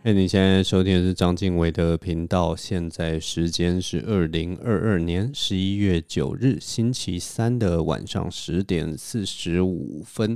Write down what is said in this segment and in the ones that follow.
你现在收听的是张敬伟的频道，现在时间是2022年11月9日星期三的晚上10点45分。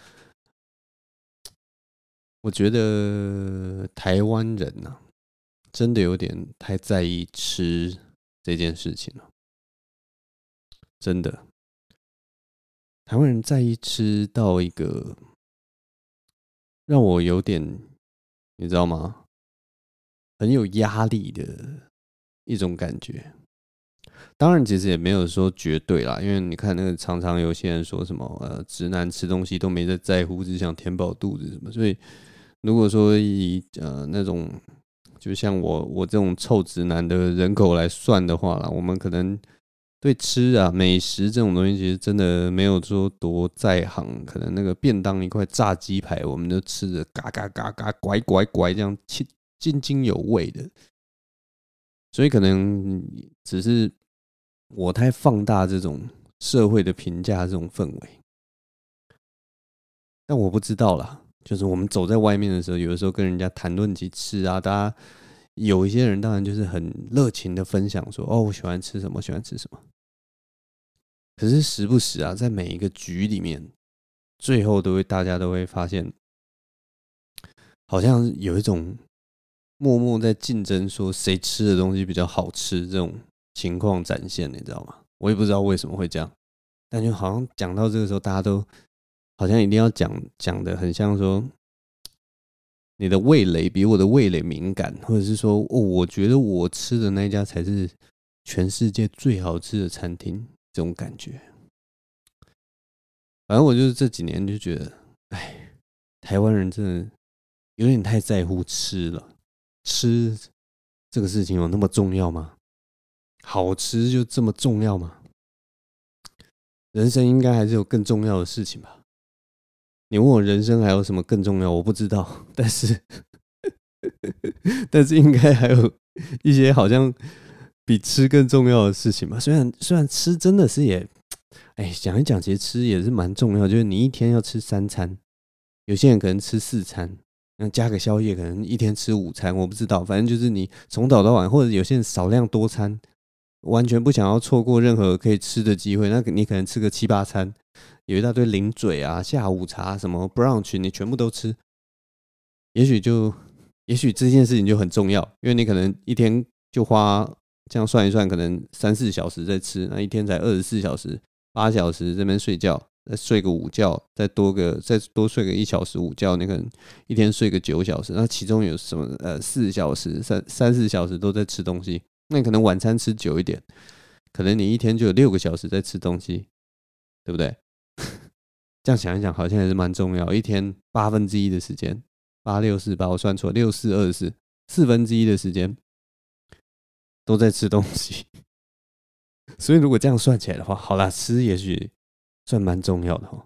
我觉得台湾人啊，真的有点太在意吃这件事情了。真的，台湾人在意吃到一个让我有点，你知道吗？很有压力的一种感觉。当然，其实也没有说绝对啦，因为你看那个常常有些人说什么直男吃东西都没在乎，只想填饱肚子什么。所以如果说以那种就像我这种臭直男的人口来算的话啦，我们可能对吃啊美食这种东西，其实真的没有说多在行。可能那个便当一块炸鸡排，我们就吃着嘎嘎嘎嘎拐拐拐这样津津有味的。所以可能只是我太放大这种社会的评价这种氛围，但我不知道啦。就是我们走在外面的时候，有的时候跟人家谈论起吃啊，大家有一些人当然就是很热情的分享说，我喜欢吃什么，喜欢吃什么。可是时不时啊，在每一个局里面，最后大家都会发现，好像有一种默默在竞争，说谁吃的东西比较好吃这种情况展现，你知道吗？我也不知道为什么会这样，但就好像讲到这个时候，大家都好像一定要讲的很像说，你的味蕾比我的味蕾敏感，或者是说，我觉得我吃的那一家才是全世界最好吃的餐厅，这种感觉。反正我就是这几年就觉得，台湾人真的有点太在乎吃了。吃这个事情有那么重要吗？好吃就这么重要吗？人生应该还是有更重要的事情吧。你问我人生还有什么更重要，我不知道，但是应该还有一些好像比吃更重要的事情吧。虽然吃真的是也，讲一讲，其实吃也是蛮重要。就是你一天要吃3餐，有些人可能吃4餐，加个宵夜，可能一天吃5餐，我不知道。反正就是你从早到晚，或者有些人少量多餐，完全不想要错过任何可以吃的机会。那你可能吃个7、8餐，有一大堆零嘴啊、下午茶什么 brunch， 你全部都吃。也许这件事情就很重要，因为你可能一天就花这样算一算，可能3、4小时在吃，那一天才24小时，8小时这边睡觉，再睡个午觉，再多睡个1小时午觉，你可能一天睡个9小时，那其中有什么4小时、3、4小时都在吃东西，那你可能晚餐吃久一点，可能你一天就有6个小时在吃东西，对不对？这样想一想，好像也是蛮重要。一天1/8的时间，8、6、4、8，我算错，6、4、24，1/4的时间都在吃东西。所以如果这样算起来的话，好啦，吃也许算蛮重要的齁。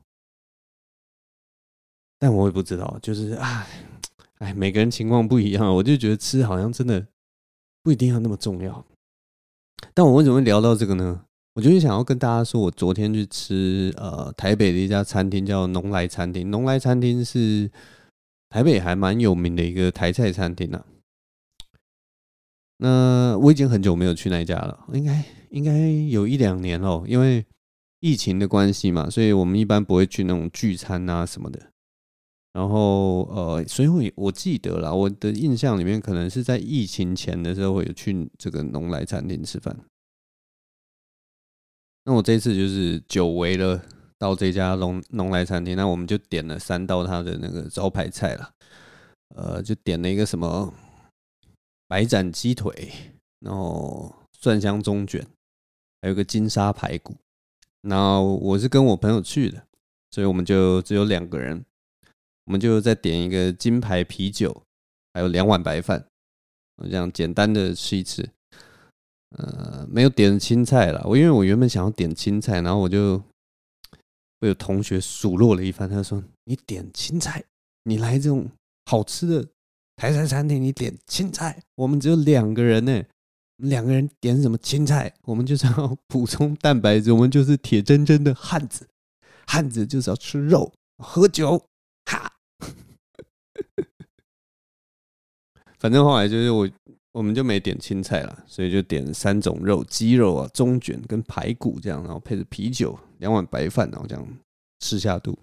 但我也不知道，就是每个人情况不一样，我就觉得吃好像真的不一定要那么重要。但我为什么会聊到这个呢？我就是想要跟大家说，我昨天去吃台北的一家餐厅，叫农来餐厅。农来餐厅是台北还蛮有名的一个台菜餐厅啊。那我已经很久没有去那一家了，应该有1、2年了，因为疫情的关系嘛，所以我们一般不会去那种聚餐啊什么的。然后所以我记得啦，我的印象里面可能是在疫情前的时候，我有去这个农来餐厅吃饭。那我这一次就是久违了，到这家农来餐厅，那我们就点了3道他的那个招牌菜啦。就点了一个什么白斩鸡腿，然后蒜香中卷，还有个金沙排骨。那我是跟我朋友去的，所以我们就只有2个人，我们就再点一个金牌啤酒，还有2碗白饭，这样简单的吃一吃。没有点青菜啦，因为我原本想要点青菜，然后我就被有同学数落了一番，他说：“你点青菜，你来这种好吃的台菜餐厅，你点青菜，我们只有2个人呢。2个人点什么青菜？我们就是要补充蛋白质，我们就是铁铮铮的汉子，汉子就是要吃肉、喝酒，哈。” 反正后来就是我们就没点青菜了，所以就点3种肉：鸡肉啊、中卷跟排骨这样，然后配着啤酒，2碗白饭，然后这样吃下肚。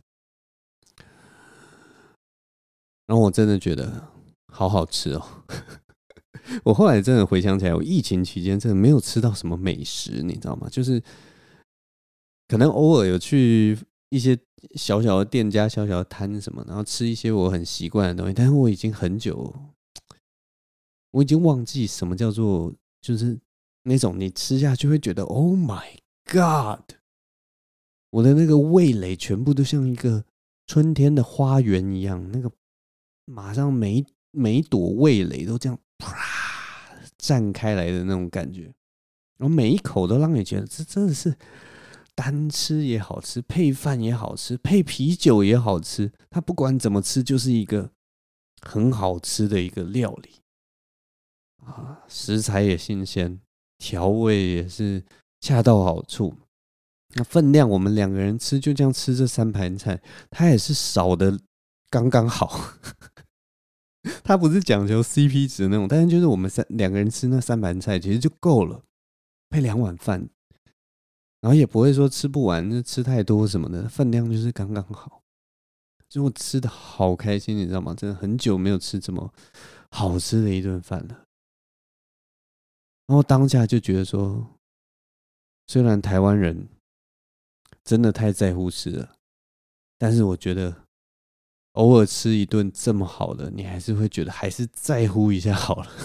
然后我真的觉得好好吃哦！我后来真的回想起来，我疫情期间真的没有吃到什么美食，你知道吗？就是可能偶尔有去一些小小的店家、小小的摊什么，然后吃一些我很习惯的东西，但是我已经很久，我已经忘记什么叫做就是那种你吃下去会觉得 Oh my God， 我的那个味蕾全部都像一个春天的花园一样，那个马上每一朵味蕾都这样啪绽开来的那种感觉，然后每一口都让你觉得这真的是单吃也好吃，配饭也好吃，配啤酒也好吃，它不管怎么吃就是一个很好吃的一个料理啊，食材也新鲜，调味也是恰到好处。那分量我们2个人吃，就这样吃这3盘菜，它也是少的刚刚好。它不是讲求 CP 值那种，但是就是我们2个人吃那3盘菜，其实就够了，配2碗饭，然后也不会说吃不完，就吃太多什么的，分量就是刚刚好。所以我吃的好开心，你知道吗？真的很久没有吃这么好吃的一顿饭了。然后当下就觉得说，虽然台湾人真的太在乎吃了，但是我觉得偶尔吃一顿这么好的，你还是会觉得还是在乎一下好了。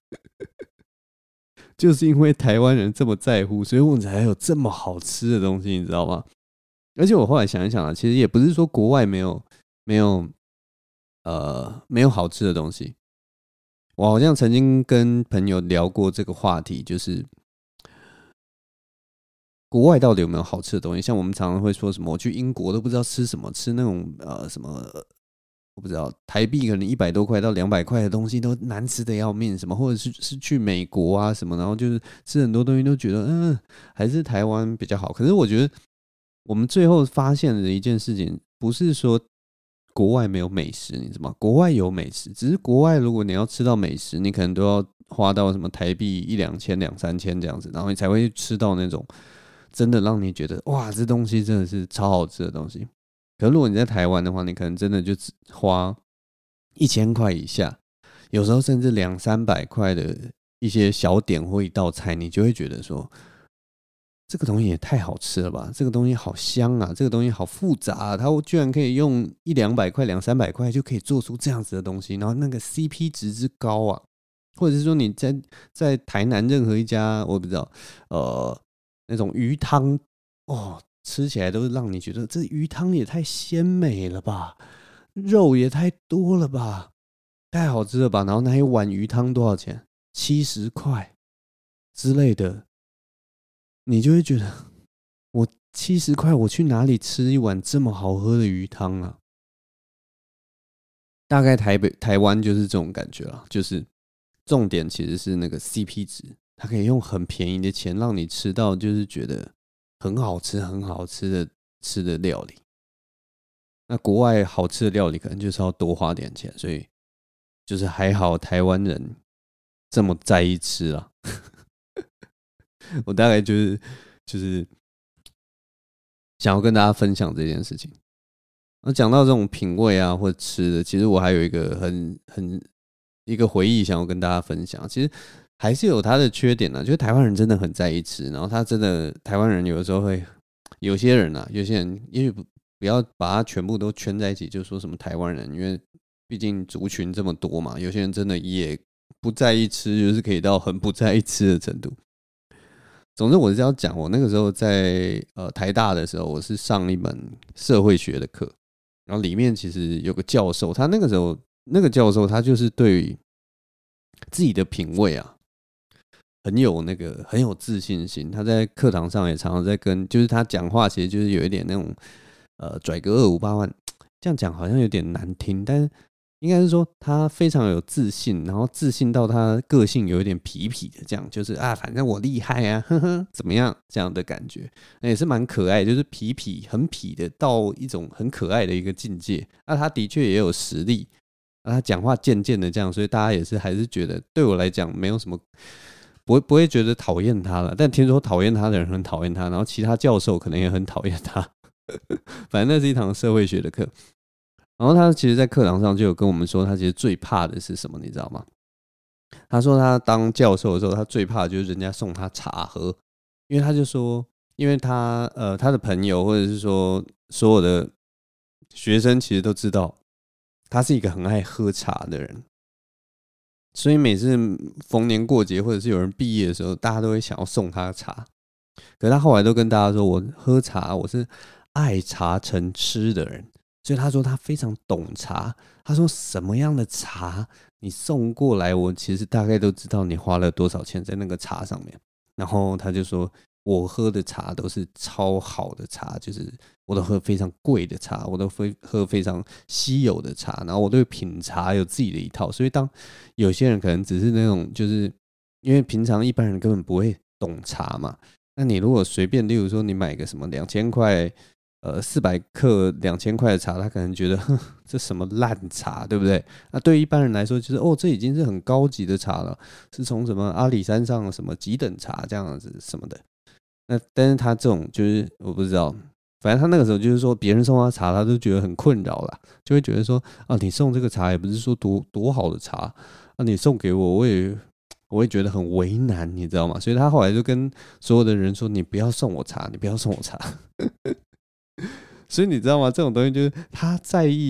就是因为台湾人这么在乎，所以我们才有这么好吃的东西，你知道吗？而且我后来想一想啊，其实也不是说国外没有好吃的东西。我好像曾经跟朋友聊过这个话题，就是国外到底有没有好吃的东西？像我们常常会说什么，我去英国都不知道吃什么，吃那种什么，我不知道台币可能100多块到200块的东西都难吃的要命，什么或者是去美国啊什么，然后就是吃很多东西都觉得还是台湾比较好。可是我觉得我们最后发现的一件事情，不是说国外没有美食，你知道吗？国外有美食，只是国外如果你要吃到美食，你可能都要花到什么台币1-2千、2-3千这样子，然后你才会吃到那种真的让你觉得哇，这东西真的是超好吃的东西。可是如果你在台湾的话，你可能真的就只花1000块以下，有时候甚至200-300块的一些小点或一道菜，你就会觉得说，这个东西也太好吃了吧！这个东西好香啊！这个东西好复杂啊！它居然可以用100-200块、200-300块就可以做出这样子的东西，然后那个 CP 值之高啊！或者是说你在台南任何一家，我不知道，那种鱼汤哦，吃起来都是让你觉得这鱼汤也太鲜美了吧，肉也太多了吧，太好吃了吧！然后那一碗鱼汤多少钱？70块之类的，你就会觉得我70块，我去哪里吃一碗这么好喝的鱼汤啊？大概台湾就是这种感觉啦，就是重点其实是那个 CP 值，它可以用很便宜的钱让你吃到就是觉得很好吃、很好吃的料理。那国外好吃的料理可能就是要多花点钱，所以就是还好台湾人这么在意吃啊。我大概就是想要跟大家分享这件事情。那讲到这种品味啊，或者吃的，其实我还有一个一个回忆想要跟大家分享。其实还是有它的缺点呢，就是台湾人真的很在意吃，然后他真的台湾人有的时候会，有些人也许不要把它全部都圈在一起，就说什么台湾人，因为毕竟族群这么多嘛，有些人真的也不在意吃，就是可以到很不在意吃的程度。总之，我是要讲，我那个时候在台大的时候，我是上一门社会学的课，然后里面其实有个教授，他那个时候那个教授他就是对于自己的品味啊很有自信心，他在课堂上也常常在就是他讲话其实就是有一点那种拽个258万，这样讲好像有点难听，但是应该是说他非常有自信，然后自信到他个性有一点痞痞的，这样就是反正我厉害啊，呵呵，怎么样这样的感觉，那也是蛮可爱，就是很痞的到一种很可爱的一个境界。他的确也有实力， 他讲话渐渐的这样，所以大家也是还是觉得对我来讲没有什么，不会觉得讨厌他了。但听说讨厌他的人很讨厌他，然后其他教授可能也很讨厌他。反正那是一堂社会学的课。然后他其实，在课堂上就有跟我们说，他其实最怕的是什么，你知道吗？他说他当教授的时候，他最怕的就是人家送他茶喝，因为他就说，因为他的朋友或者是说所有的学生其实都知道他是一个很爱喝茶的人，所以每次逢年过节或者是有人毕业的时候，大家都会想要送他茶。可是他后来都跟大家说，我喝茶，我是爱茶成痴的人。所以他说他非常懂茶，他说什么样的茶你送过来，我其实大概都知道你花了多少钱在那个茶上面。然后他就说，我喝的茶都是超好的茶，就是我都喝非常贵的茶，我都喝非常稀有的茶，然后我对品茶有自己的一套。所以当有些人可能只是那种，就是因为平常一般人根本不会懂茶嘛，那你如果随便，例如说你买个什么2000块。400克2000块的茶，他可能觉得这什么烂茶，对不对？那对一般人来说，就是这已经是很高级的茶了，是从什么阿里山上什么几等茶这样子什么的。那但是他这种就是我不知道，反正他那个时候就是说，别人送他茶，他都觉得很困扰啦，就会觉得说啊，你送这个茶也不是说多好的茶，啊，你送给我，我会觉得很为难，你知道吗？所以他后来就跟所有的人说，你不要送我茶，你不要送我茶。所以你知道吗？这种东西就是他在意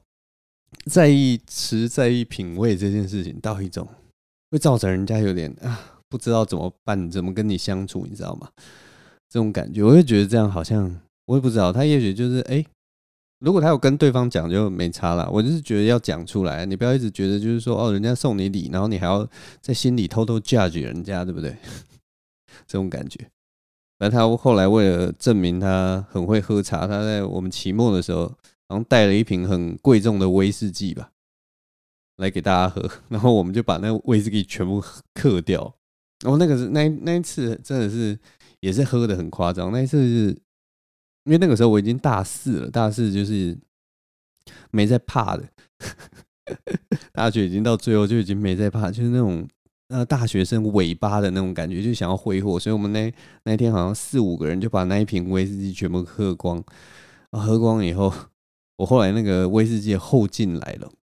吃、在意品味这件事情，到一种会造成人家有点不知道怎么办，怎么跟你相处，你知道吗？这种感觉，我会觉得这样好像我也不知道，他也许就是如果他有跟对方讲就没差啦。我就是觉得要讲出来，你不要一直觉得就是说人家送你礼，然后你还要在心里偷偷 judge 人家，对不对？这种感觉。反正他后来为了证明他很会喝茶，他在我们期末的时候，好像带了一瓶很贵重的威士忌吧，来给大家喝。然后我们就把那个威士忌全部嗑掉。然后那一次真的是也是喝的很夸张。那一次是因为那个时候我已经大4了，大4就是没在怕的，大学已经到最后就已经没在怕，就是那种。大学生尾巴的那种感觉，就想要挥霍，所以我们那天好像4-5个人就把那一瓶威士忌全部喝光。喝光以后，我后来那个威士忌后劲来了，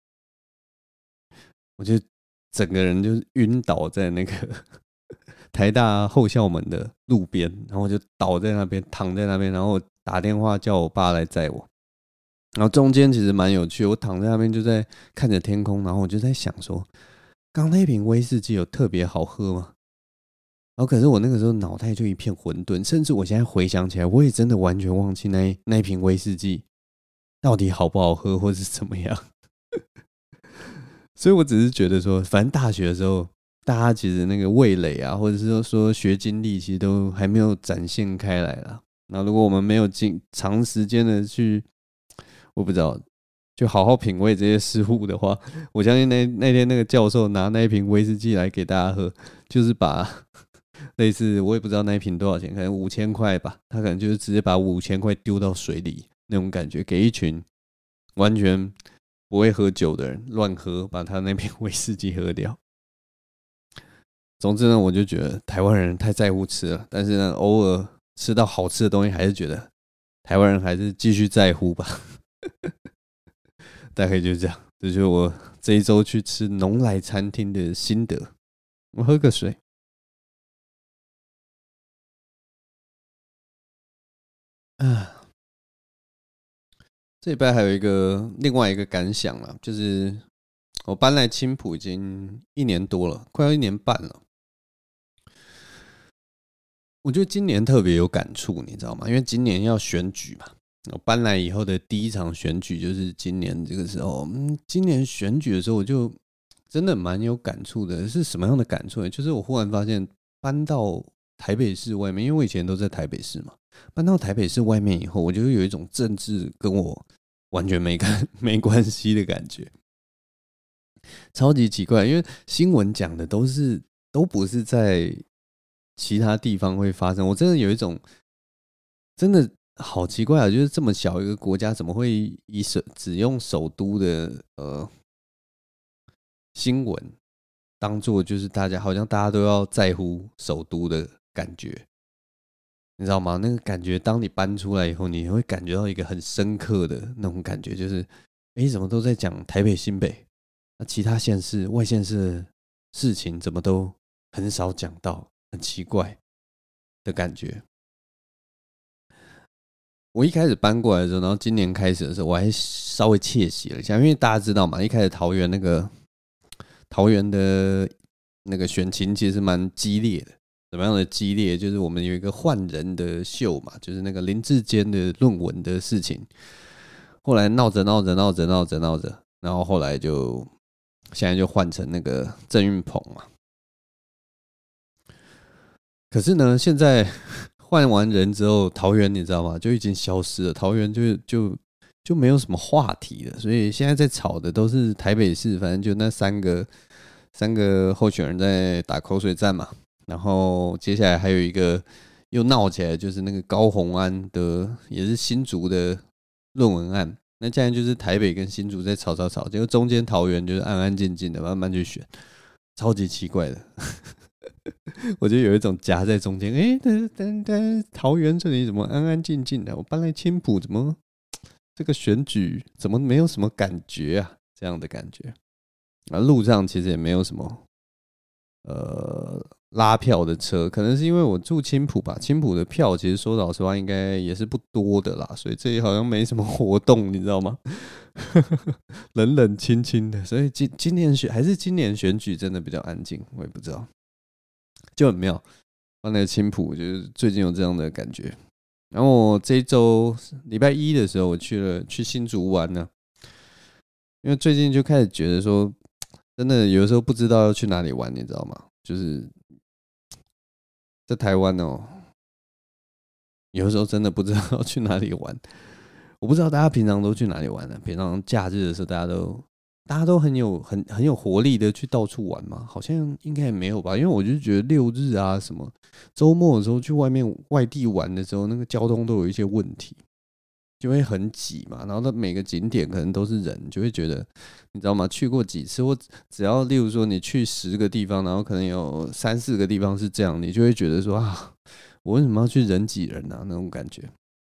我就整个人就晕倒在那个台大后校门的路边，然后我就倒在那边，躺在那边，然后我打电话叫我爸来载我。然后中间其实蛮有趣，我躺在那边就在看着天空，然后我就在想说。刚那瓶威士忌有特别好喝吗？然后可是我那个时候脑袋就一片混沌，甚至我现在回想起来，我也真的完全忘记那一瓶威士忌到底好不好喝，或是怎么样。所以我只是觉得说，反正大学的时候，大家其实那个味蕾啊，或者是说学经历，其实都还没有展现开来啦。那如果我们没有长时间的去，我不知道。就好好品味这些事物的话，我相信那天那个教授拿那一瓶威士忌来给大家喝，就是把类似我也不知道那一瓶多少钱，可能5000块吧，他可能就是直接把5000块丢到水里那种感觉，给一群完全不会喝酒的人乱喝，把他那瓶威士忌喝掉。总之呢，我就觉得台湾人太在乎吃了，但是呢，偶尔吃到好吃的东西，还是觉得台湾人还是继续在乎吧。大概就这样，这就是我这一周去吃农来餐厅的心得。我喝个水。这礼拜还有另外一个感想啦，就是我搬来青埔已经1年多了，快要1年半了。我觉得今年特别有感触，你知道吗？因为今年要选举嘛。我搬来以后的第一场选举就是今年这个时候。今年选举的时候，我就真的蛮有感触的。是什么样的感触呢？就是我忽然发现，搬到台北市外面，因为我以前都在台北市嘛，搬到台北市外面以后，我就有一种政治跟我完全没关系的感觉，超级奇怪。因为新闻讲的都不是在其他地方会发生，我真的有一种真的。好奇怪啊！就是这么小一个国家，怎么会只用首都的新闻当做就是好像大家都要在乎首都的感觉，你知道吗？那个感觉，当你搬出来以后，你会感觉到一个很深刻的那种感觉，就是怎么都在讲台北、新北，那其他县市、外县市的事情怎么都很少讲到，很奇怪的感觉。我一开始搬过来的时候，然后今年开始的时候，我还稍微窃喜了一下，因为大家知道嘛，一开始桃园的那个选情其实蛮激烈的。怎么样的激烈？就是我们有一个换人的秀嘛，就是那个林志坚的论文的事情，后来闹着，然后后来现在就换成那个郑运鹏嘛。可是呢，现在换完人之后，桃园你知道吗？就已经消失了，桃园就没有什么话题了，所以现在在吵的都是台北市，反正就那三个候选人在打口水战嘛。然后接下来还有一个又闹起来，就是那个高虹安的，也是新竹的论文案。那现在就是台北跟新竹在吵，结果中间桃园就是安安静静的慢慢去选，超级奇怪的。我觉得有一种夹在中间，但桃园这里怎么安安静静的？我搬来青埔，怎么这个选举怎么没有什么感觉啊？这样的感觉。路上其实也没有什么拉票的车，可能是因为我住青埔吧，青埔的票其实说老实话应该也是不多的啦，所以这里好像没什么活动，你知道吗？冷冷清清的，所以今年选举真的比较安静，我也不知道，就很妙。放那个青埔，就是最近有这样的感觉。然后我这一周礼拜一的时候，我去新竹玩呢，因为最近就开始觉得说，真的有的时候不知道要去哪里玩，你知道吗？就是在台湾哦，有的时候真的不知道要去哪里玩。我不知道大家平常都去哪里玩呢？平常假日的时候，大家都很有活力的去到处玩嘛？好像应该也没有吧？因为我就觉得六日啊什么周末的时候去外地玩的时候，那个交通都有一些问题，就会很挤嘛。然后每个景点可能都是人，就会觉得你知道吗？去过几次，或只要例如说你去10个地方，然后可能有3、4个地方是这样，你就会觉得说啊，我为什么要去人挤人啊？那种感觉。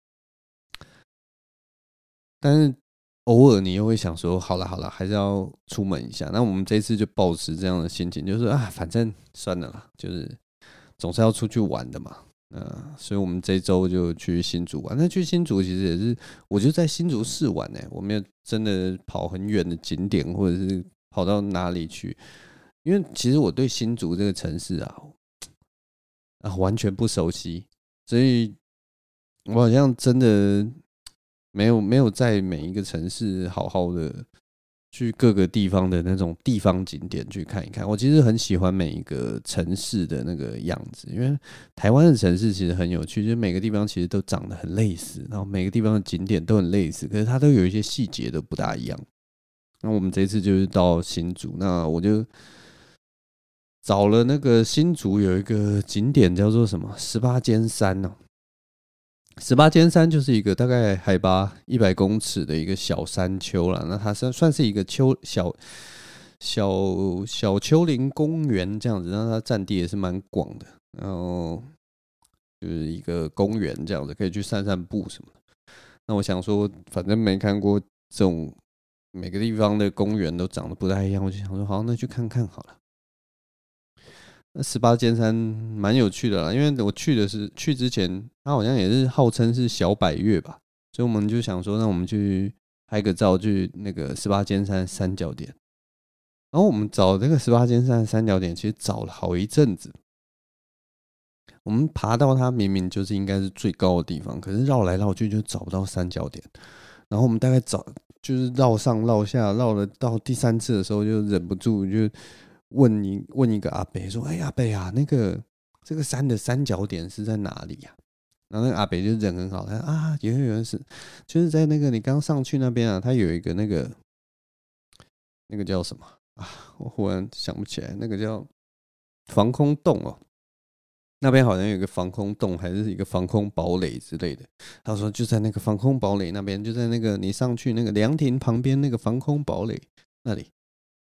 但是偶尔你又会想说，好了，还是要出门一下。那我们这次就抱持这样的心情，就是啊，反正算了啦，就是总是要出去玩的嘛。所以我们这周就去新竹玩。那去新竹其实也是，我就在新竹市玩我没有真的跑很远的景点，或者是跑到哪里去。因为其实我对新竹这个城市完全不熟悉，所以我好像真的没有在每一个城市好好的去各个地方的那种地方景点去看一看。我其实很喜欢每一个城市的那个样子，因为台湾的城市其实很有趣，就是每个地方其实都长得很类似，然后每个地方的景点都很类似，可是它都有一些细节都不大一样。那我们这次就是到新竹，那我就找了那个新竹有一个景点叫做什么18尖山哦。18尖山就是一个大概海拔100公尺的一个小山丘啦，那它算是一个小丘陵公园这样子，那它占地也是蛮广的，然后就是一个公园这样子，可以去散散步什么的。那我想说，反正没看过这种每个地方的公园都长得不太一样，我就想说，好，那去看看好了。那18尖山蛮有趣的啦，因为我去之前，它好像也是号称是小百岳吧，所以我们就想说，那我们去拍个照，去那个18尖山三角点。然后我们找这个18尖山三角点，其实找了好一阵子。我们爬到它明明就是应该是最高的地方，可是绕来绕去就找不到三角点。然后我们大概就是绕上绕下，绕了到第3次的时候，就忍不住就问一个阿伯说：“哎，阿伯啊，这个山的三角点是在哪里呀？”然后那个阿伯就人很好，他啊，有人是就是在那个你刚上去那边啊，他有一个那个叫什么啊？我忽然想不起来，那个叫防空洞哦。那边好像有一个防空洞，还是一个防空堡垒之类的。他说就在那个防空堡垒那边，就在那个你上去那个凉亭旁边那个防空堡垒那里。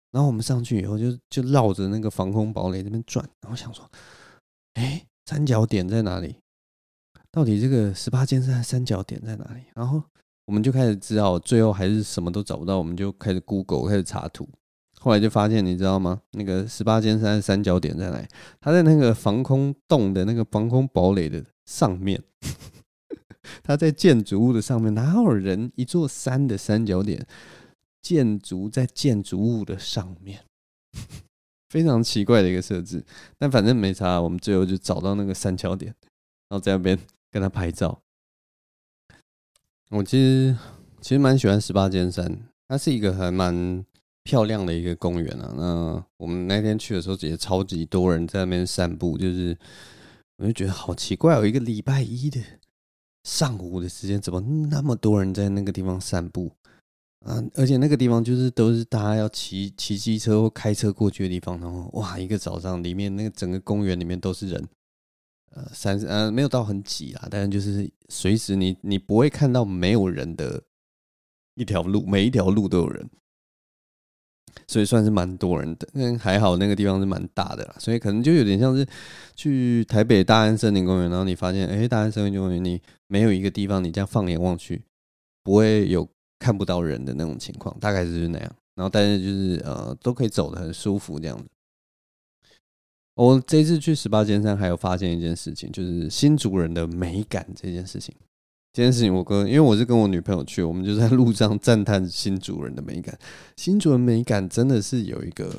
然后我们上去以后就绕着那个防空堡垒这边转，然后想说，三角点在哪里？到底这个18尖山的三角点在哪里？然后我们就开始知道，最后还是什么都找不到，我们就开始 Google 开始查图。后来就发现，你知道吗？那个18尖山的三角点在哪里？它在那个防空洞的那个防空堡垒的上面。它在建筑物的上面，哪有人一座山的三角点建筑在建筑物的上面？非常奇怪的一个设置，但反正没差，我们最后就找到那个三角点，然后在那边跟他拍照。我其实蛮喜欢18尖山，它是一个还蛮漂亮的一个公园啊。那我们那天去的时候，也超级多人在那边散步，就是我就觉得好奇怪，有一个礼拜一的上午的时间，怎么那么多人在那个地方散步啊？而且那个地方就是都是大家要骑机车或开车过去的地方，然后哇，一个早上里面那个整个公园里面都是人。没有到很挤啦，但是就是随时你不会看到没有人的一条路，每一条路都有人，所以算是蛮多人的。但还好那个地方是蛮大的啦，所以可能就有点像是去台北大安森林公园，然后你发现，大安森林公园你没有一个地方你这样放眼望去不会有看不到人的那种情况，大概就是那样。然后但是就是都可以走得很舒服这样子。我这一次去18尖山，还有发现一件事情，就是新竹人的美感这件事情。这件事情因为我是跟我女朋友去，我们就在路上赞叹新竹人的美感。新竹人美感真的是有一个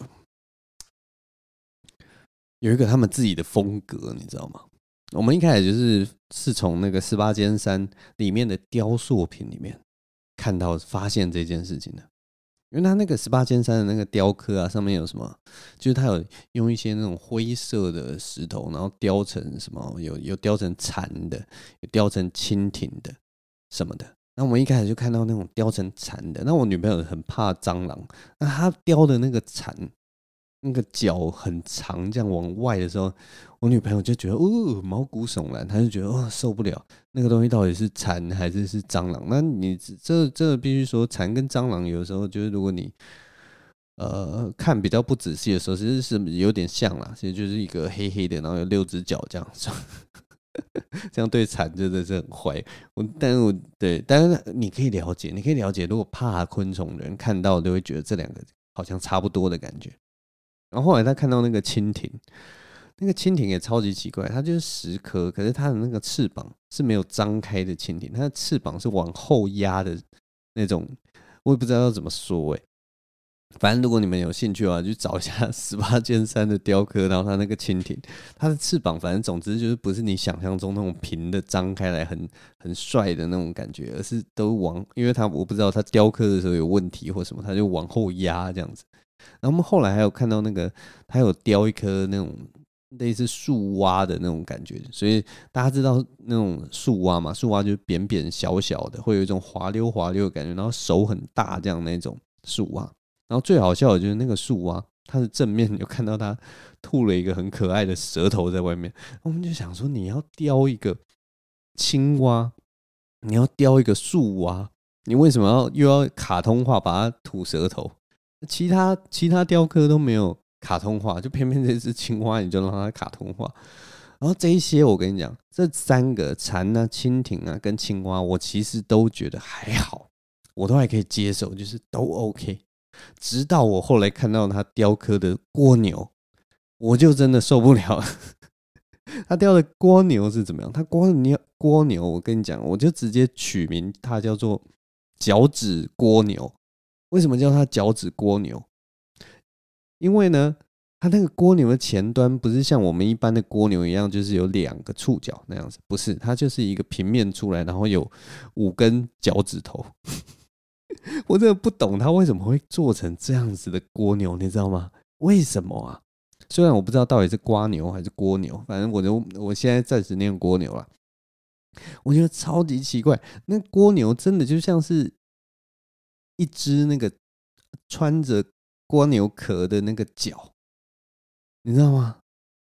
他们自己的风格，你知道吗？我们一开始是从那个18尖山里面的雕塑品里面发现这件事情的。因为它那个18尖山的那个雕刻啊，上面有什么？就是它有用一些那种灰色的石头，然后雕成什么？有雕成蝉的，有雕成蜻蜓的什么的。那我们一开始就看到那种雕成蝉的，那我女朋友很怕蟑螂，那她雕的那个蝉，那个脚很长，这样往外的时候，我女朋友就觉得毛骨悚然，她就觉得受不了，那个东西到底是蝉还是蟑螂？那你这必须说，蝉跟蟑螂有的时候就是如果你看比较不仔细的时候，其实是有点像啦，其实就是一个黑黑的，然后有6只脚这样子。这样对蝉真的是很坏。但是你可以了解，如果怕昆虫的人看到都会觉得这两个好像差不多的感觉。然后后来他看到那个蜻蜓，那个蜻蜓也超级奇怪，它就是10颗，可是它的那个翅膀是没有张开的蜻蜓，它的翅膀是往后压的那种，我也不知道要怎么说反正如果你们有兴趣的话，就找一下18尖山的雕刻，然后它那个蜻蜓，它的翅膀，反正总之就是不是你想象中那种平的张开来很帅的那种感觉，而是都因为我不知道它雕刻的时候有问题或什么，它就往后压这样子。然后我们后来还有看到那个，它有雕一颗那种类似树蛙的那种感觉，所以大家知道那种树蛙嘛？树蛙就是扁扁小小的，会有一种滑溜滑溜的感觉，然后手很大这样那种树蛙。然后最好笑的就是那个树蛙，它的正面有看到它吐了一个很可爱的舌头在外面。我们就想说，你要雕一个青蛙，你要雕一个树蛙，你为什么又要卡通化把它吐舌头？其他雕刻都没有卡通化，就偏偏这只青蛙你就让它卡通化。然后这一些我跟你讲，这3个蝉啊、蜻蜓啊跟青蛙，我其实都觉得还好，我都还可以接受，就是都 OK。直到我后来看到他雕刻的蜗牛，我就真的受不了了。他雕的蜗牛是怎么样？他蜗牛，我跟你讲，我就直接取名它叫做脚趾蜗牛。为什么叫它脚趾蜗牛？因为呢，它那个蜗牛的前端不是像我们一般的蜗牛一样，就是有2个触角那样子，不是，它就是一个平面出来，然后有5根脚趾头。我真的不懂他为什么会做成这样子的蜗牛，你知道吗？为什么啊？虽然我不知道到底是瓜牛还是蜗牛，反正我现在暂时念蜗牛了。我觉得超级奇怪，那蜗牛真的就像是一只那个穿着蜗牛壳的那个脚，你知道吗？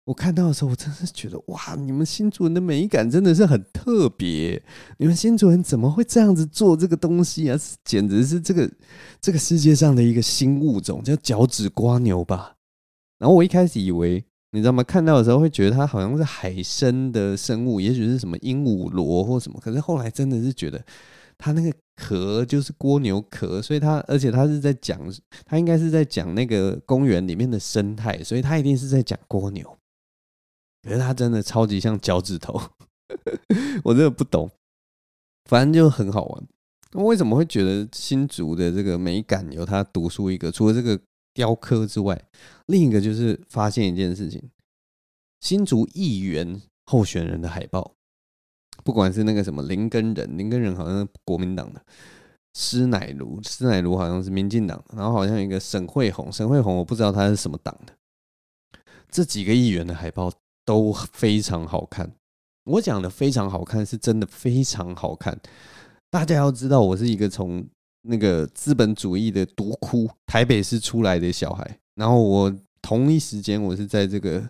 我看到的时候，我真是觉得哇，你们新竹人的美感真的是很特别。你们新竹人怎么会这样子做这个东西啊？简直是这个世界上的一个新物种，叫脚趾瓜牛吧。然后我一开始以为，你知道吗？看到的时候会觉得它好像是海参的生物，也许是什么鹦鹉螺或什么。可是后来真的是觉得它那个壳就是蜗牛壳，所以而且它是在讲，它应该是在讲那个公园里面的生态，所以它一定是在讲蜗牛。可是它真的超级像脚趾头，我真的不懂，反正就很好玩。为什么会觉得新竹的这个美感有它独树一格？除了这个雕刻之外，另一个就是发现一件事情：新竹议员候选人的海报，不管是那个什么林根仁好像是国民党的，施乃如好像是民进党的，然后好像有一个沈惠宏我不知道他是什么党的。这几个议员的海报都非常好看。我讲的非常好看，是真的非常好看。大家要知道，我是一个从那个资本主义的毒窟台北市出来的小孩，然后我同一时间我是在这个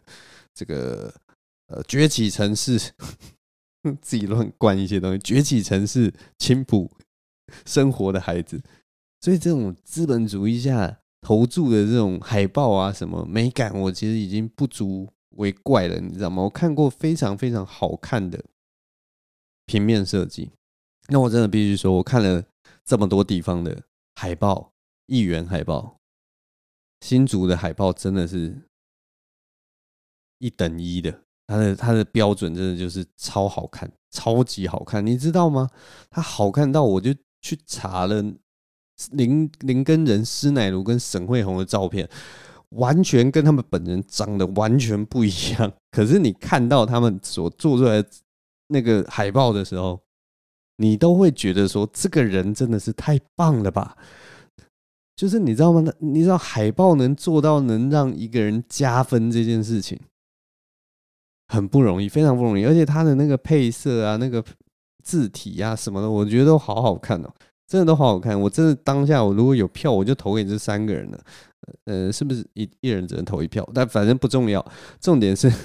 崛起城市自己乱灌一些东西，崛起城市青埔生活的孩子，所以这种资本主义下投注的这种海报啊，什么美感，我其实已经不足为怪了，你知道吗？我看过非常非常好看的平面设计，那我真的必须说，我看了这么多地方的海报，议员海报，新竹的海报真的是一等一的，它的标准真的就是超好看，超级好看，你知道吗？它好看到我就去查了林根仁、施乃如跟沈惠宏的照片。完全跟他们本人长得完全不一样，可是你看到他们所做出来的那个海报的时候，你都会觉得说，这个人真的是太棒了吧？就是你知道吗？你知道海报能做到能让一个人加分这件事情，很不容易，非常不容易。而且他的那个配色啊，那个字体啊什么的，我觉得都好好看哦，真的都好好看。我真的当下我如果有票，我就投给这3个人了。是不是一人只能投1票？但反正不重要，重点是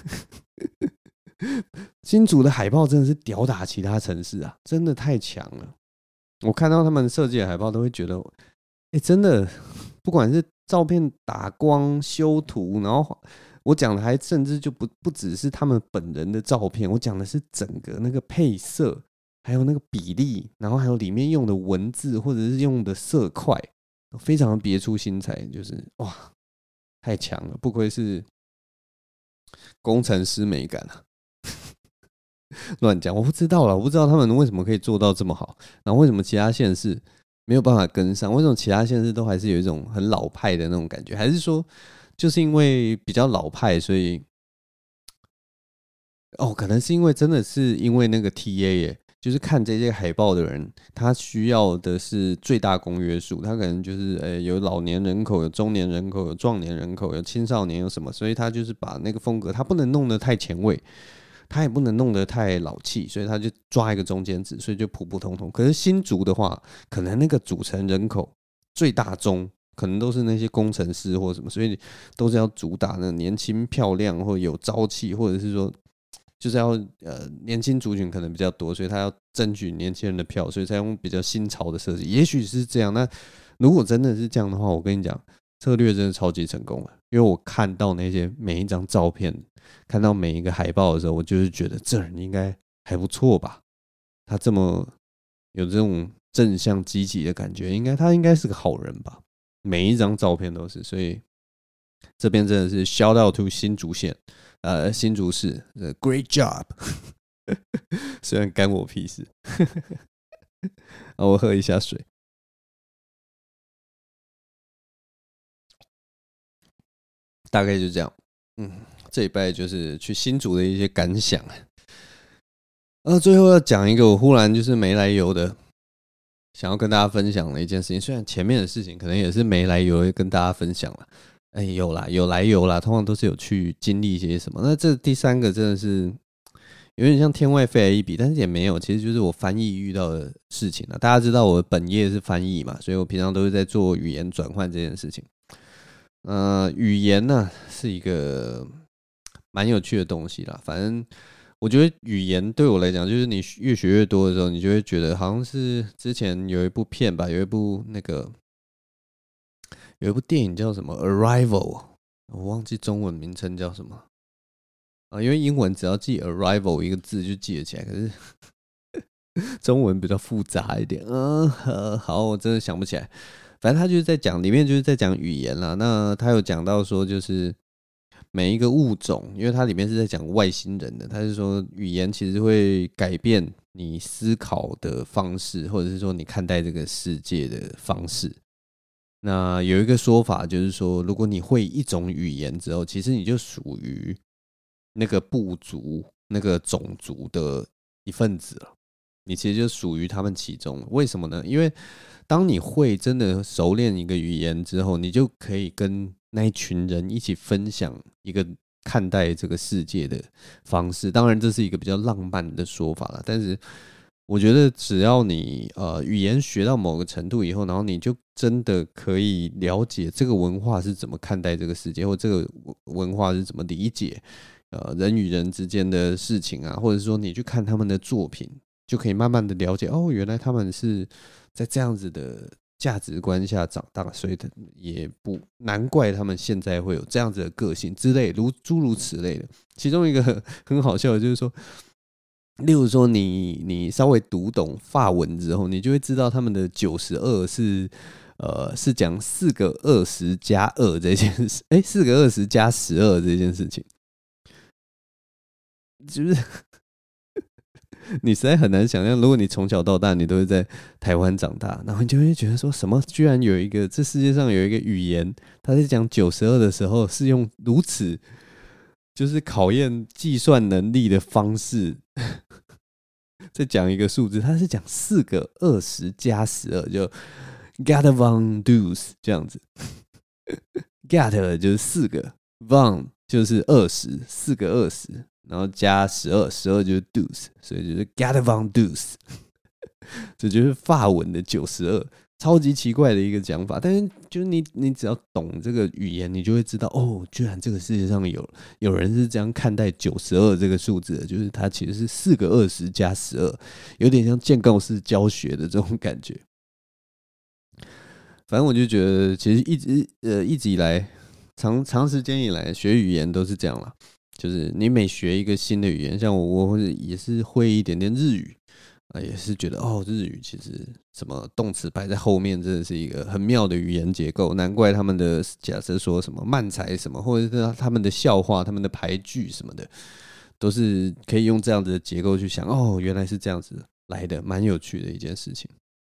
新竹的海报真的是吊打其他城市啊，真的太强了。我看到他们设计的海报都会觉得，真的，不管是照片打光、修图，然后我讲的还甚至就不只是他们本人的照片，我讲的是整个那个配色，还有那个比例，然后还有里面用的文字或者是用的色块。非常的别出心裁，就是哇，太强了！不愧是工程师美感啊！乱讲，我不知道啦，我不知道他们为什么可以做到这么好，然后为什么其他县市没有办法跟上？为什么其他县市都还是有一种很老派的那种感觉？还是说，就是因为比较老派，所以可能是因为真的是因为那个 TA 耶。就是看这些海报的人，他需要的是最大公约数，他可能就是有老年人口、有中年人口、有壮年人口、有青少年，有什么，所以他就是把那个风格，他不能弄得太前卫，他也不能弄得太老气，所以他就抓一个中间值，所以就普普通通。可是新竹的话，可能那个组成人口最大宗可能都是那些工程师或什么，所以都是要主打那年轻漂亮或有朝气，或者是说。就是要年轻族群可能比较多，所以他要争取年轻人的票，所以才用比较新潮的设计。也许是这样，那如果真的是这样的话，我跟你讲，策略真的超级成功了。因为我看到那些每一张照片，看到每一个海报的时候，我就是觉得这人应该还不错吧？他这么有这种正向积极的感觉，他应该是个好人吧？每一张照片都是，所以这边真的是 shout out to 新竹县。新竹市，great job 。虽然干我屁事，我喝一下水。大概就这样。这礼拜就是去新竹的一些感想。最后要讲一个我忽然就是没来由的，想要跟大家分享的一件事情。虽然前面的事情可能也是没来由的跟大家分享了。有啦，有来由啦，通常都是有去经历一些什么。那这第3个真的是有点像天外飞来一笔，但是也没有，其实就是我翻译遇到的事情啦。大家知道我的本业是翻译嘛，所以我平常都是在做语言转换这件事情。语言呢是一个蛮有趣的东西啦。反正我觉得语言对我来讲，就是你越学越多的时候，你就会觉得好像是之前有一部片吧，有一部电影叫什么《Arrival》，我忘记中文名称叫什么啊，因为英文只要记 "Arrival" 一个字就记得起来，可是中文比较复杂一点。好，我真的想不起来。反正他就是在讲，里面就是在讲语言啦。那他有讲到说，就是每一个物种，因为它里面是在讲外星人的，他是说语言其实会改变你思考的方式，或者是说你看待这个世界的方式。那有一个说法就是说，如果你会一种语言之后，其实你就属于那个部族、那个种族的一份子了。你其实就属于他们其中。为什么呢？因为当你会真的熟练一个语言之后，你就可以跟那一群人一起分享一个看待这个世界的方式。当然，这是一个比较浪漫的说法了，但是我觉得只要你语言学到某个程度以后，然后你就真的可以了解这个文化是怎么看待这个世界，或这个文化是怎么理解人与人之间的事情啊，或者说你去看他们的作品，就可以慢慢的了解哦，原来他们是在这样子的价值观下长大，所以也不难怪他们现在会有这样子的个性之类，诸如此类的。其中一个很好笑的就是说，例如说你稍微读懂法文之后，你就会知道他们的92是讲4个20加2这件事，4个20加12这件事情，就是你实在很难想象，如果你从小到大你都是在台湾长大，然后你就会觉得说什么，居然有一个这世界上有一个语言，它在讲92的时候是用如此就是考验计算能力的方式，在讲一个数字，它是讲4个20加12，就 get van dus 这样子，get 就是4个 van 就是20，4个20。然后加12，12就是 douze， 所以就是 get van douze， 这就是法文的92，超级奇怪的一个讲法。但是就是你只要懂这个语言，你就会知道哦，居然这个世界上有人是这样看待92这个数字的，就是它其实是4个20加12，有点像建构式教学的这种感觉。反正我就觉得，其实一直以来，长时间以来学语言都是这样啦。就是你每学一个新的语言，像我也是会一点点日语也是觉得哦，日语其实什么动词摆在后面，真的是一个很妙的语言结构。难怪他们的假设说什么漫才什么，或者是他们的笑话、他们的排句什么的，都是可以用这样子的结构去想。哦，原来是这样子来的，蛮有趣的一件事情。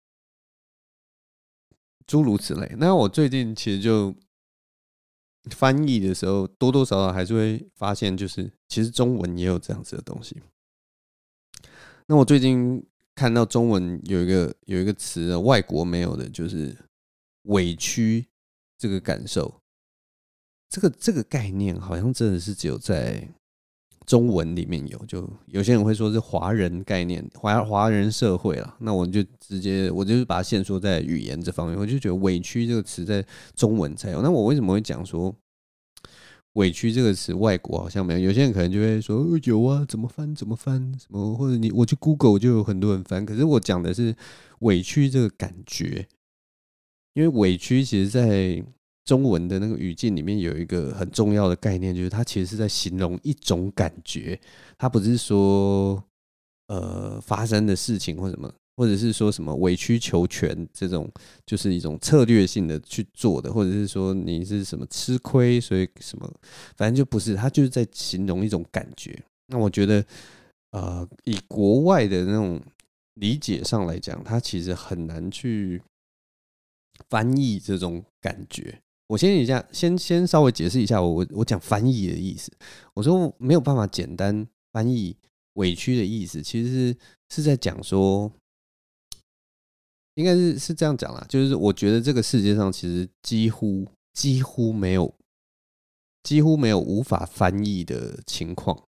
诸如此类。那我最近其实就翻译的时候，多多少少还是会发现，就是其实中文也有这样子的东西。那我最近看到中文有一个词，外国没有的，就是委屈这个感受。这个概念好像真的是只有在中文里面有，就有些人会说是华人概念，华人社会啦。那我就是把它限缩在语言这方面，我就觉得委屈这个词在中文才有。那我为什么会讲说委屈这个词外国好像没有？有些人可能就会说有啊，怎么翻什么，或者我去 Google 就有很多人翻。可是我讲的是委屈这个感觉，因为委屈其实在中文的那个语境里面有一个很重要的概念，就是它其实是在形容一种感觉，它不是说发生的事情或什么，或者是说什么委曲求全这种，就是一种策略性的去做的，或者是说你是什么吃亏，所以什么，反正就不是，它就是在形容一种感觉。那我觉得以国外的那种理解上来讲，它其实很难去翻译这种感觉。我先稍微解释一下我讲翻译的意思。我说没有办法简单翻译委屈的意思，其实是在讲说，应该是这样讲啦，就是我觉得这个世界上其实几乎没有无法翻译的情况。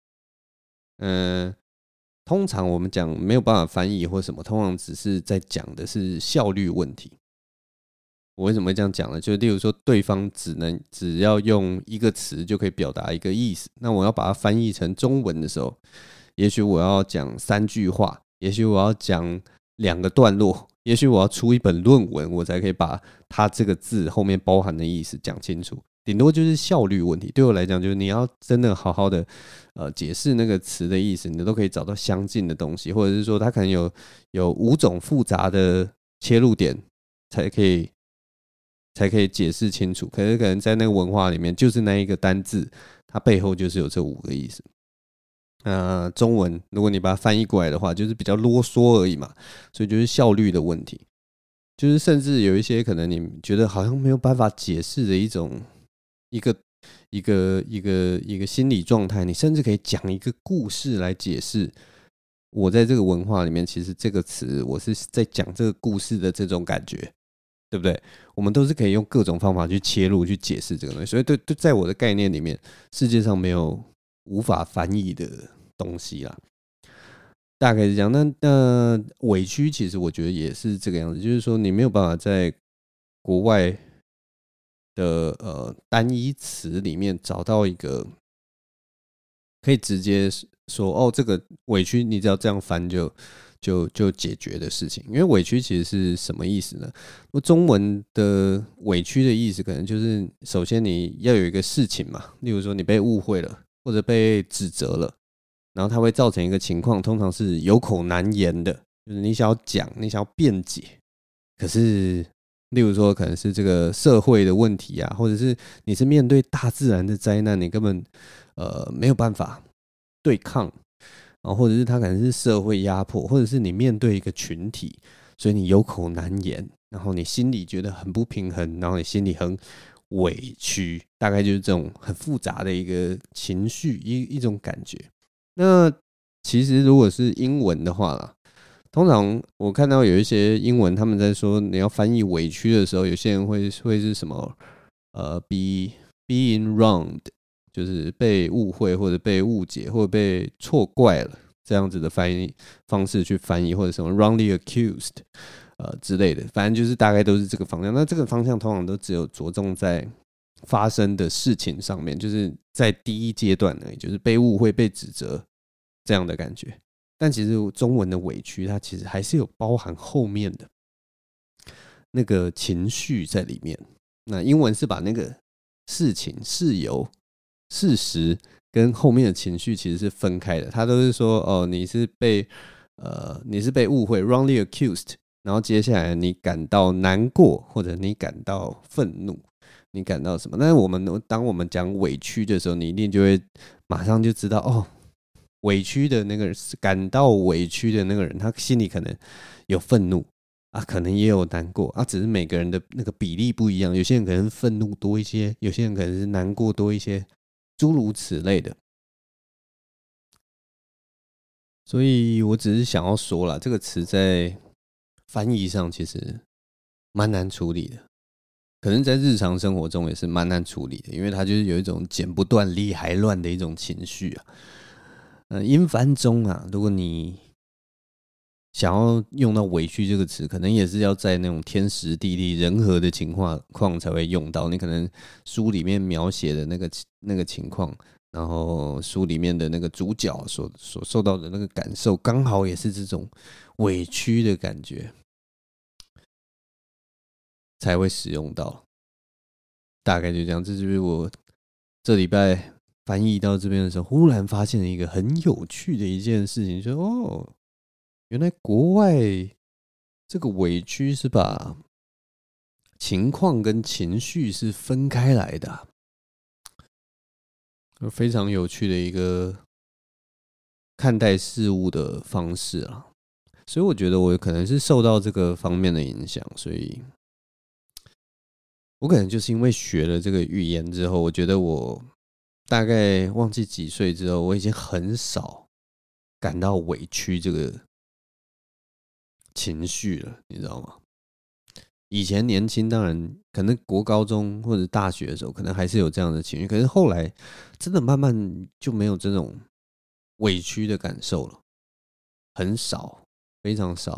通常我们讲没有办法翻译或什么，通常只是在讲的是效率问题。 我为什么会这样讲呢？就例如说，对方只要用一个词就可以表达一个意思，那我要把它翻译成中文的时候，也许我要讲3句话，也许我要讲2个段落，也许我要出一本论文，我才可以把它这个字后面包含的意思讲清楚。顶多就是效率问题。对我来讲，就是你要真的好好的解释那个词的意思，你都可以找到相近的东西，或者是说它可能有5种复杂的切入点才可以解释清楚。可是可能在那个文化里面，就是那一个单字，它背后就是有这5个意思。中文如果你把它翻译过来的话，就是比较啰嗦而已嘛，所以就是效率的问题。就是甚至有一些可能你觉得好像没有办法解释的一个心理状态，你甚至可以讲一个故事来解释。我在这个文化里面，其实这个词我是在讲这个故事的这种感觉，对不对？我们都是可以用各种方法去切入去解释这个东西。所以对，在我的概念里面，世界上没有无法翻译的东西啦。大概是这样。那委屈其实我觉得也是这个样子，就是说你没有办法在国外的单一词里面找到一个可以直接说哦，这个委屈你只要这样翻就解决的事情。因为委屈其实是什么意思呢？中文的委屈的意思可能就是首先你要有一个事情嘛，例如说你被误会了或者被指责了，然后它会造成一个情况，通常是有口难言的，就是你想要讲，你想要辩解，可是例如说可能是这个社会的问题啊，或者是你是面对大自然的灾难，你根本没有办法对抗，然后或者是它可能是社会压迫，或者是你面对一个群体，所以你有口难言，然后你心里觉得很不平衡，然后你心里很委屈，大概就是这种很复杂的一个情绪，一种感觉。那其实如果是英文的话啦，通常我看到有一些英文他们在说你要翻译委屈的时候，有些人会是什么being wronged， 就是被误会或者被误解或者被错怪了这样子的翻译方式去翻译，或者什么 wrongly accused 之类的，反正就是大概都是这个方向。那这个方向通常都只有着重在发生的事情上面，就是在第一阶段而已，就是被误会被指责这样的感觉。但其实中文的委屈它其实还是有包含后面的那个情绪在里面。那英文是把那个事情事由事实跟后面的情绪其实是分开的，它都是说哦你是被误会 wrongly accused， 然后接下来你感到难过或者你感到愤怒，你感到什么。但是当我们讲委屈的时候，你一定就会马上就知道哦，委屈的那个人，感到委屈的那个人，他心里可能有愤怒啊，可能也有难过啊，只是每个人的那个比例不一样，有些人可能愤怒多一些，有些人可能是难过多一些，诸如此类的。所以我只是想要说啦，这个词在翻译上其实蛮难处理的，可能在日常生活中也是蛮难处理的，因为它就是有一种剪不断理还乱的一种情绪啊。英翻中啊，如果你想要用到委屈这个词，可能也是要在那种天时地利人和的情况才会用到。你可能书里面描写的那个情况，然后书里面的那个主角所受到的那个感受，刚好也是这种委屈的感觉，才会使用到。大概就这样，这就是我这礼拜翻译到这边的时候，忽然发现了一个很有趣的一件事情，就是哦，原来国外这个委屈是把情况跟情绪是分开来的非常有趣的一个看待事物的方式啊。所以我觉得我可能是受到这个方面的影响，所以我可能就是因为学了这个语言之后，我觉得我大概忘记几岁之后，我已经很少感到委屈这个情绪了，你知道吗？以前年轻当然可能国高中或者大学的时候，可能还是有这样的情绪，可是后来真的慢慢就没有这种委屈的感受了，很少，非常少。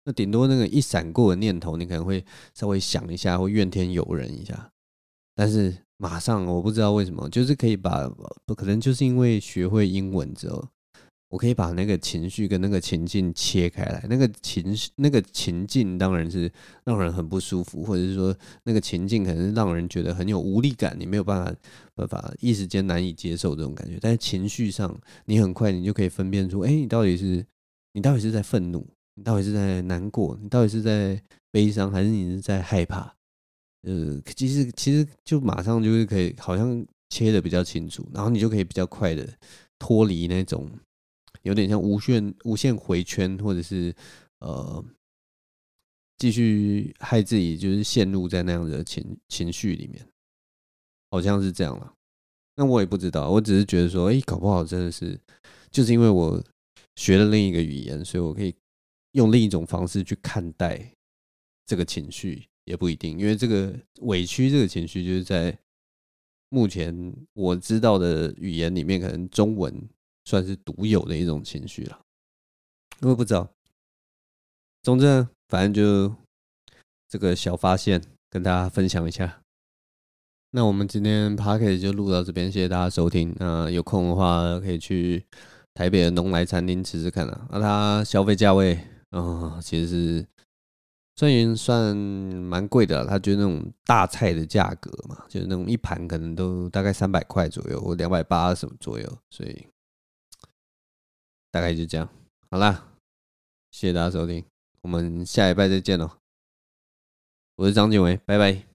那顶多那个一闪过的念头，你可能会稍微想一下，或怨天尤人一下。但是马上我不知道为什么，就是可以把，可能就是因为学会英文之后，我可以把那个情绪跟那个情境切开来。那个情境当然是让人很不舒服，或者是说那个情境可能是让人觉得很有无力感，你没有办法一时间难以接受这种感觉。但是情绪上，你很快你就可以分辨出，哎，你到底是在愤怒，你到底是在难过，你到底是在悲伤，还是你是在害怕？其实就马上就是可以，好像切的比较清楚，然后你就可以比较快的脱离那种有点像无限回圈，或者是呃继续害自己，就是陷入在那样的情绪里面，好像是这样啦。那我也不知道，我只是觉得说，搞不好真的是就是因为我学了另一个语言，所以我可以用另一种方式去看待这个情绪，也不一定，因为这个委屈这个情绪，就是在目前我知道的语言里面，可能中文算是独有的一种情绪了。我也不知道，总之呢，反正就这个小发现跟大家分享一下。那我们今天 podcast 就录到这边，谢谢大家收听。那有空的话，可以去台北的农来餐厅吃吃看啊。那它消费价位，其实是算蛮贵的啦，它就是那种大菜的价格嘛，就是那种一盘可能都大概300块左右，或280什么左右，所以大概就这样。好啦，谢谢大家收听，我们下礼拜再见喽。我是张景伟，拜拜。